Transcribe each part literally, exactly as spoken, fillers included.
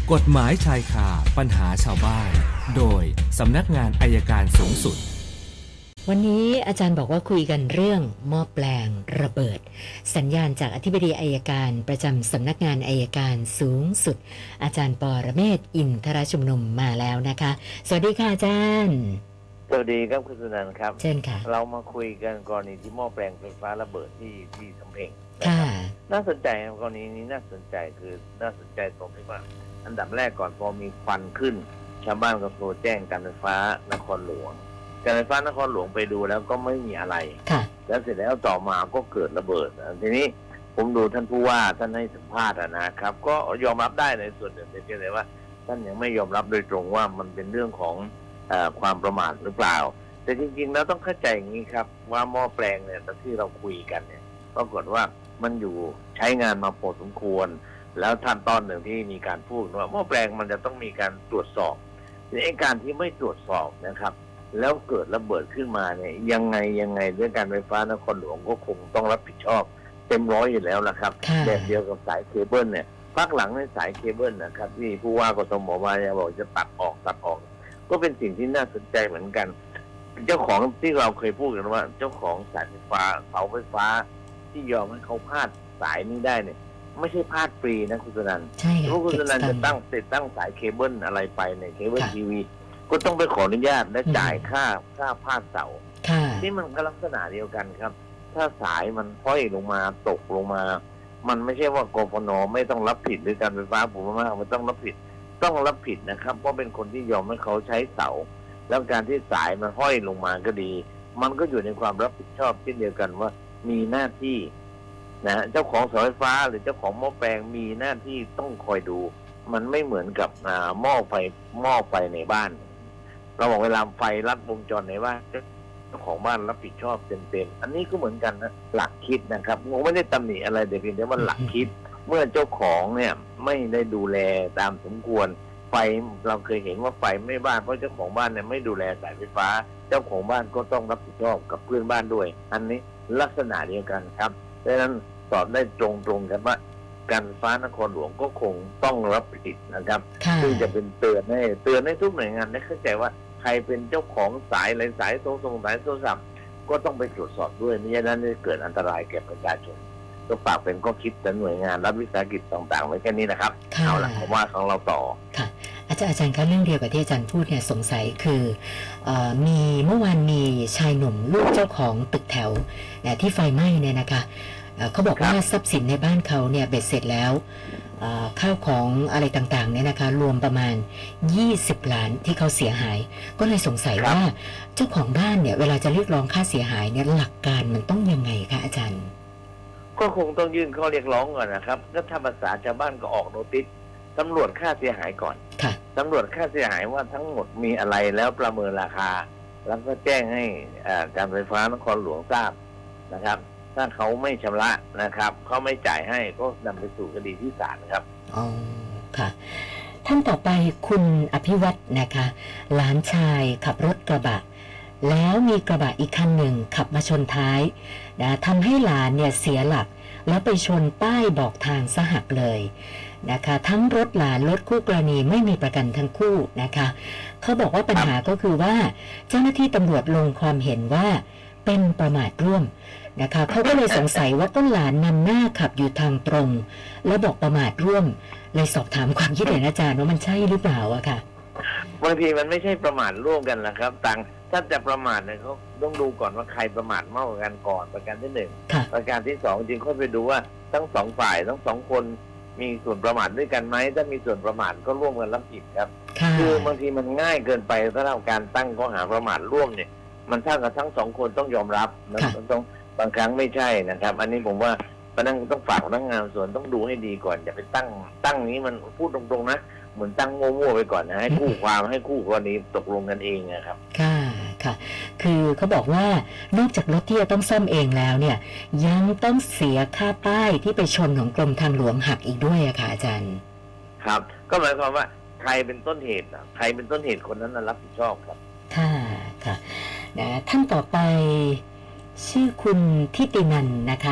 กฎหมายชายคาปัญหาชาวบ้านโดยสำนักงานอัยการสูงสุดวันนี้อาจารย์บอกว่าคุยกันเรื่องหม้อแปลงระเบิดสัญญาณจากอธิบดีอัยการประจำสำนักงานอัยการสูงสุดอาจารย์ปรเมศวร์อินทรชุมนุมมาแล้วนะคะสวัสดีค่ะอาจารย์สวัสดีครับคุณสุนันท์ครับเช่นค่ะเรามาคุยกันกรณีที่หม้อแปลงไฟฟ้าระเบิดที่ที่สำเพ็งค่ะน่าสนใจกรณีนี้น่าสนใจคือน่าสนใจตรงที่ว่าอันดับแรกก่อนพอมีควันขึ้นชาวบ้านก็โทรแจ้งการไฟฟ้านครหลวงการไฟฟ้านครหลวงไปดูแล้วก็ไม่มีอะไรแล้วเสร็จแล้วต่อมาก็เกิดระเบิดทีนี้ผมดูท่านผู้ว่าท่านให้สัมภาษณ์นะครับก็ยอมรับได้ในส่วนหนึ่งแต่เพียงแต่ว่าท่านยังไม่ยอมรับโดยตรงว่ามันเป็นเรื่องของเอ่อความประมาทหรือเปล่าแต่จริงๆแล้วต้องเข้าใจอย่างนี้ครับว่าหม้อแปลงเนี่ยที่เราคุยกันเนี่ยปรากฏว่ามันอยู่ใช้งานมาพอสมควรแล้วท่านตอนหนึ่งที่มีการพูดว่าหม้อแปลงมันจะต้องมีการตรวจสอบในการที่ไม่ตรวจสอบนะครับแล้วเกิดระเบิดขึ้นมาเนี่ยยังไงยังไงเรื่องการไฟฟ้านครหลวงก็คงต้องรับผิดชอบเต็มร้อยอยู่แล้วนะครับแบบเดียวกับสายเคเบิลเนี่ยภาคหลังในสายเคเบิลนะครับที่ผู้ว่ากทมมาจะบอกจะตัดออกตัดออกก็เป็นสิ่งที่น่าสนใจเหมือนกันเจ้าของที่เราเคยพูดกันว่าเจ้าของสายไฟฟ้าเสาไฟฟ้าที่ยอมให้เขาพาดสายนี้ได้เนี่ยไม่ใช่พาดฟรีนะคุณสุนันท์เพราะคุณสุนันท์จะตั้งติดตั้งสายเคเบิลอะไรไปในเคเบิลทีวีก็ต้องไปขออนุญาตและจ่ายค่าค่าพาดเสาที่มันก็ลักษณะเดียวกันครับถ้าสายมันห้อยลงมาตกลงมามันไม่ใช่ว่ากฟน.ไม่ต้องรับผิดหรือการไฟฟ้าผมว่าไม่ต้องรับผิดต้องรับผิดนะครับเพราะเป็นคนที่ยอมให้เขาใช้เสาแล้วการที่สายมันห้อยลงมาก็ดีมันก็อยู่ในความรับผิดชอบเช่นเดียวกันว่ามีหน้าที่นะเจ้าของเสาไฟฟ้าหรือเจ้าของหม้อแปลงมีหน้าที่ต้องคอยดูมันไม่เหมือนกับหม้อไฟหม้อไฟในบ้านเราบอกเวลาไฟลัดวงจรในบ้านเจ้าของบ้านรับผิดชอบเต็มๆอันนี้ก็เหมือนกันนะหลักคิดนะครับผมไม่ได้ตำหนิอะไรแต่เพียงแต่ว่าหลักคิดเมื่อเจ้าของเนี่ยไม่ได้ดูแลตามสมควรไฟเราเคยเห็นว่าไฟไม่บ้านเพราะเจ้าของบ้านเนี่ยไม่ดูแลสายไฟฟ้าเจ้าของบ้านก็ต้องรับผิดชอบกับเพื่อนบ้านด้วยอันนี้ลักษณะเดียวกันครับดังนั้นตอบได้ตรงๆกันว่าการไฟฟ้านครหลวงก็คงต้องรับผิดนะครับซึ่งจะเป็นเตือนให้เตือนให้ทุกหน่วยงานได้เข้าใจว่าใครเป็นเจ้าของสายอะไรสายโทรศัพท์สายโทรศัพท์ก็ต้องไปตรวจสอบด้วยมิฉะนั้นจะเกิดอันตรายแก่ประชาชนก็ฝากเป็นก็คิดแต่หน่วยงานรัฐวิสาหกิจต่างๆไว้แค่นี้นะครับเอาละผมว่าของเราต่อค่ะอาจารย์อาจารย์คะเรื่องเดียวกับที่อาจารย์พูดเนี่ยสงสัยคือเอ่อมีเมื่อวานมีชายหนุ่มลูกเจ้าของตึกแถวที่ไฟไหม้เนี่ยนะคะเขาบอกว่าทรัพย์สินในบ้านเขาเนี่ยเบ็ดเสร็จแล้วข้าวของอะไรต่างๆเนี่ยนะคะรวมประมาณยี่สิบล้านที่เขาเสียหายก็เลยสงสัยว่าเจ้าของบ้านเนี่ยเวลาจะเรียกร้องค่าเสียหายเนี่ยหลักการมันต้องยังไงคะอาจารย์ก็คงต้องยื่นข้อเรียกร้องก่อนนะครับก็ถ้าภาษาชาวบ้านก็ออกโนติสตำรวจค่าเสียหายก่อนตำรวจค่าเสียหายว่าทั้งหมดมีอะไรแล้วประเมินราคาแล้วก็แจ้งให้การไฟฟ้านครหลวงทราบนะครับถ้าเขาไม่ชำระนะครับเขาไม่จ่ายให้ก็นำไปสู่คดีที่ศาลนะครับอ๋อค่ะท่านต่อไปคุณอภิวัฒน์นะคะหลานชายขับรถกระบะแล้วมีกระบะอีกคันหนึ่งขับมาชนท้ายนะทำให้หลานเนี่ยเสียหลักแล้วไปชนป้ายบอกทางซะหักเลยนะคะทั้งรถหลานรถคู่กรณีไม่มีประกันทั้งคู่นะคะเขาบอกว่าปัญหาก็คือว่าเจ้าหน้าที่ตำรวจลงความเห็นว่าเป็นประมาทร่วมนะคะเขาก็เลยสงสัยว่าต้นหลานนำหน้าขับอยู่ทางตรงแล้วบอกประมาทร่วมเลยสอบถามความคิดเห็นอาจารย์ว่ามันใช่หรือเปล่าอะค่ะบางทีมันไม่ใช่ประมาทร่วมกันนะครับต่างถ้าจะประมาทเนี่ยเขาต้องดูก่อนว่าใครประมาทมากกว่ากันก่อนประการที่หนึ่งประการที่สองจริงค่อยไปดูว่าทั้งสองฝ่ายทั้งสองคนมีส่วนประมาทด้วยกันไหมถ้ามีส่วนประมาทก็ร่วมกันรับผิดครับคือบางทีมันง่ายเกินไปถ้าเราการตั้งข้อหาประมาทร่วมเนี่ยมันเท่ากับทั้งสองคนต้องยอมรับนะต้องบางครั้งไม่ใช่นะครับอันนี้ผมว่าพนักต้องฝากพนักงานส่วนต้องดูให้ดีก่อนอย่าไปตั้งตั้งนี้มันพูดตรงๆนะเหมือนตั้งโง่ๆไปก่อนนะให้คู่ความให้คู่กรณีตกลงกันเองนะครับค่ะค่ะคือเขาบอกว่านอกจากรถที่จะต้องซ่อมเองแล้วเนี่ยยังต้องเสียค่าป้ายที่ไปชนของกรมทางหลวงหักอีกด้วยอะค่ะอาจารย์ครับก็หมายความว่าใครเป็นต้นเหตุใครเป็นต้นเหตุคนนั้นรับผิดชอบครับค่ะค่ะนะท่านต่อไปชื่อคุณทิตินันนะคะ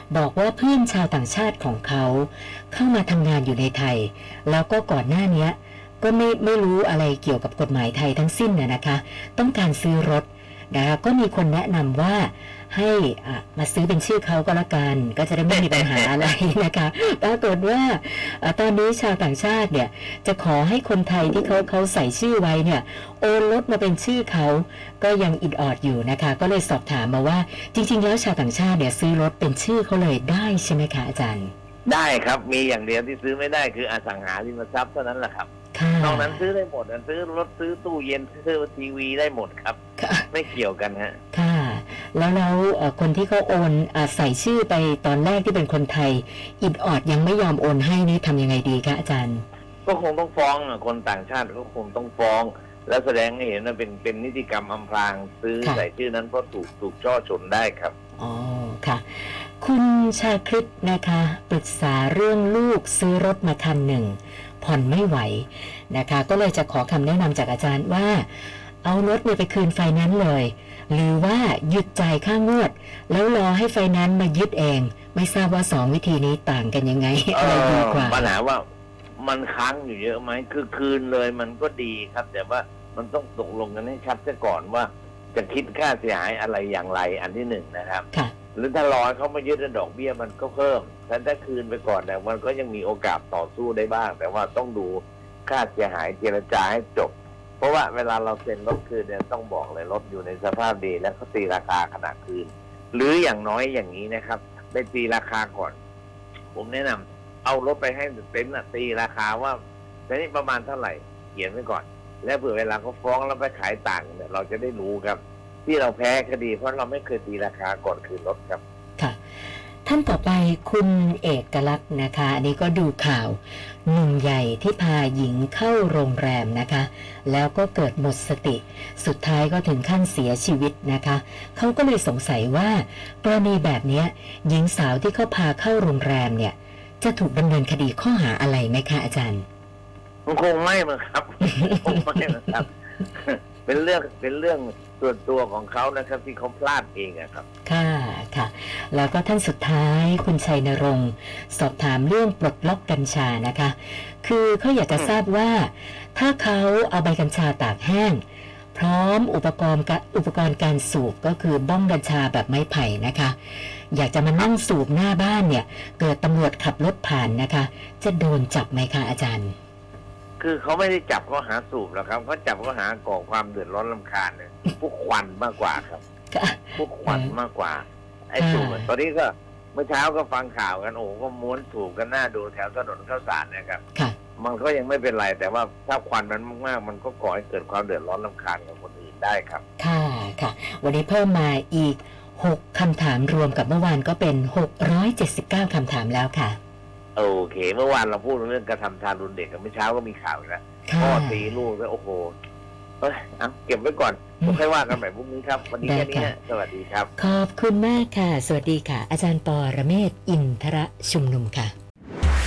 บอกว่าเพื่อนชาวต่างชาติของเขาเข้ามาทำงานอยู่ในไทยแล้วก็ก่อนหน้านี้ก็ไม่ไม่รู้อะไรเกี่ยวกับกฎหมายไทยทั้งสิ้นน่ะนะคะต้องการซื้อรถนะคะก็มีคนแนะนำว่าให้อ่ะมาซื้อเป็นชื่อเขาก็แล้วกันก็จะได้ไม่มีปัญหาอะไรนะคะปรากฏว่าตอนนี้ชาวต่างชาติเนี่ยจะขอให้คนไทยที่เขาเขาใส่ชื่อไว้เนี่ยโอนรถมาเป็นชื่อเขาก็ยังอิดออดอยู่นะคะก็เลยสอบถามมาว่าจริงๆแล้วชาวต่างชาติเนี่ยซื้อรถเป็นชื่อเขาเลยได้ใช่ไหมคะอาจารย์ได้ครับมีอย่างเดียวที่ซื้อไม่ได้คืออสังหาริมทรัพย์เท่านั้นแหละครับนอกนั้นซื้อได้หมดซื้อรถซื้อตู้เย็นซื้อทีวีได้หมดครับไม่เกี่ยวกันฮะค่ะแล้วแล้วคนที่เขาโอนใส่ชื่อไปตอนแรกที่เป็นคนไทยอิดออดยังไม่ยอมโอนให้นี่ทำยังไงดีคะอาจารย์ก็คงต้องฟ้องคนต่างชาติก็คงต้องฟ้องแล้วแสดงให้เห็นว่าเป็นเป็นนิติกรรมอำพรางซื้อใส่ชื่อนั้นเพราะถูกถูกช่อฉนได้ครับอ๋อค่ะคุณชาคริตนะคะปรึกษาเรื่องลูกซื้อรถมาคันหนึ่งผ่อนไม่ไหวนะคะก็เลยจะขอคำแนะนำจากอาจารย์ว่าเอารถเนี่ยไปคืนไฟแนนซ์เลยหรือว่าหยุดจ่ายค่างวดแล้วรอให้ไฟแนนซ์มายึดเองไม่ทราบว่าสองวิธีนี้ต่างกันยังไงอะไรดีกว่าปัญหาว่ามันค้างอยู่เยอะไหมคือคืนเลยมันก็ดีครับแต่ว่ามันต้องตกลงกันให้ชัดซะก่อนว่าจะคิดค่าเสียหายอะไรอย่างไรอันที่หนึ่งนะครับหรือถ้ารอเขามายึดดอกเบี้ยมันก็เพิ่มแต่ถ้าคืนไปก่อนแต่มันก็ยังมีโอกาสต่อสู้ได้บ้างแต่ว่าต้องดูค่าเสียหายเจรจาให้จบเพราะว่าเวลาเราเซ็นรถคืนเนี่ยต้องบอกเลยรถอยู่ในสภาพดีแล้วเขาตีราคาขณะคืนหรืออย่างน้อยอย่างนี้นะครับไปตีราคาก่อนผมแนะนำเอารถไปให้เต็นท์ตีราคาว่าแต่นี่ประมาณเท่าไหร่เขียนไว้ก่อนแล้วเผื่อเวลาเขาฟ้องแล้วไปขายต่างเนี่ยเราจะได้รู้ครับที่เราแพ้คดีเพราะเราไม่เคยตีราคาก่อนคืนรถครับค่ะท่านต่อไปคุณเอกลักษณ์นะคะอันนี้ก็ดูข่าวหนุ่มใหญ่ที่พาหญิงเข้าโรงแรมนะคะแล้วก็เกิดหมดสติสุดท้ายก็ถึงขั้นเสียชีวิตนะคะเขาก็เลยสงสัยว่ากรณีแบบนี้หญิงสาวที่เขาพาเข้าโรงแรมเนี่ยจะถูกดำเนินคดีข้อหาอะไรไหมคะอาจารย์มันคงไม่มั้งครับคงไม่มั้งครับเป็นเรื่องเป็นเรื่องส่วนตัวของเขานะครับที่เขาพลาดเองอะครับค่ะค่ะแล้วก็ท่านสุดท้ายคุณชัยนรงค์สอบถามเรื่องปลดล็อกกัญชานะคะคือเขาอยากจะทราบว่าถ้าเขาเอาใบกัญชาตากแห้งพร้อมอุปกรณ์อุปกรณ์การสูบก็คือบ้องกัญชาแบบไม้ไผ่นะคะอยากจะมานั่งสูบหน้าบ้านเนี่ยเกิดตำรวจขับรถผ่านนะคะจะโดนจับไหมคะอาจารย์คือเขาไม่ได้จับข้อหาสูบหรอกครับเขาจับข้อหาก่อความเดือดร้อนรำคาญเนี่ยพวกควันมากกว่าครับพวกควันมากกว่าไอ้สูบตอนนี้ก็เมื่อเช้าก็ฟังข่าวกันโอ้ก็ม้วนสูบกันหน้าดูแถวถนนข้าวสารนะครับมันก็ยังไม่เป็นไรแต่ว่าถ้าควันมันมากๆมันก็ก่อให้เกิดความเดือดร้อนรำคาญกับคนอื่นได้ครับค่ะค่ะวันนี้เพิ่มมาอีกหกคำถามรวมกับเมื่อวานก็เป็นหกร้อยเจ็ดสิบเก้าคำถามแล้วค่ะโอเคเมื่อวานเราพูดเรื่องกระทำทารุณเด็กกันเมื่อเช้าก็มีข่าวอีกแล้วพ่อตีลูกแล้วโอ้โหเอ้ยเอาเก็บไว้ก่อนค่อยว่ากันใหม่พรุ่งนี้ครับวันนี้แค่นี้สวัสดีครับขอบคุณมากค่ะสวัสดีค่ะอาจารย์ปอระเมศวร์อินทรชุมนุมค่ะ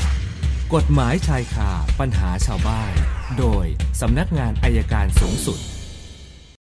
กฎหมายชายคาปัญหาชาวบ้านโดยสำนักงานอัยการสูงสุด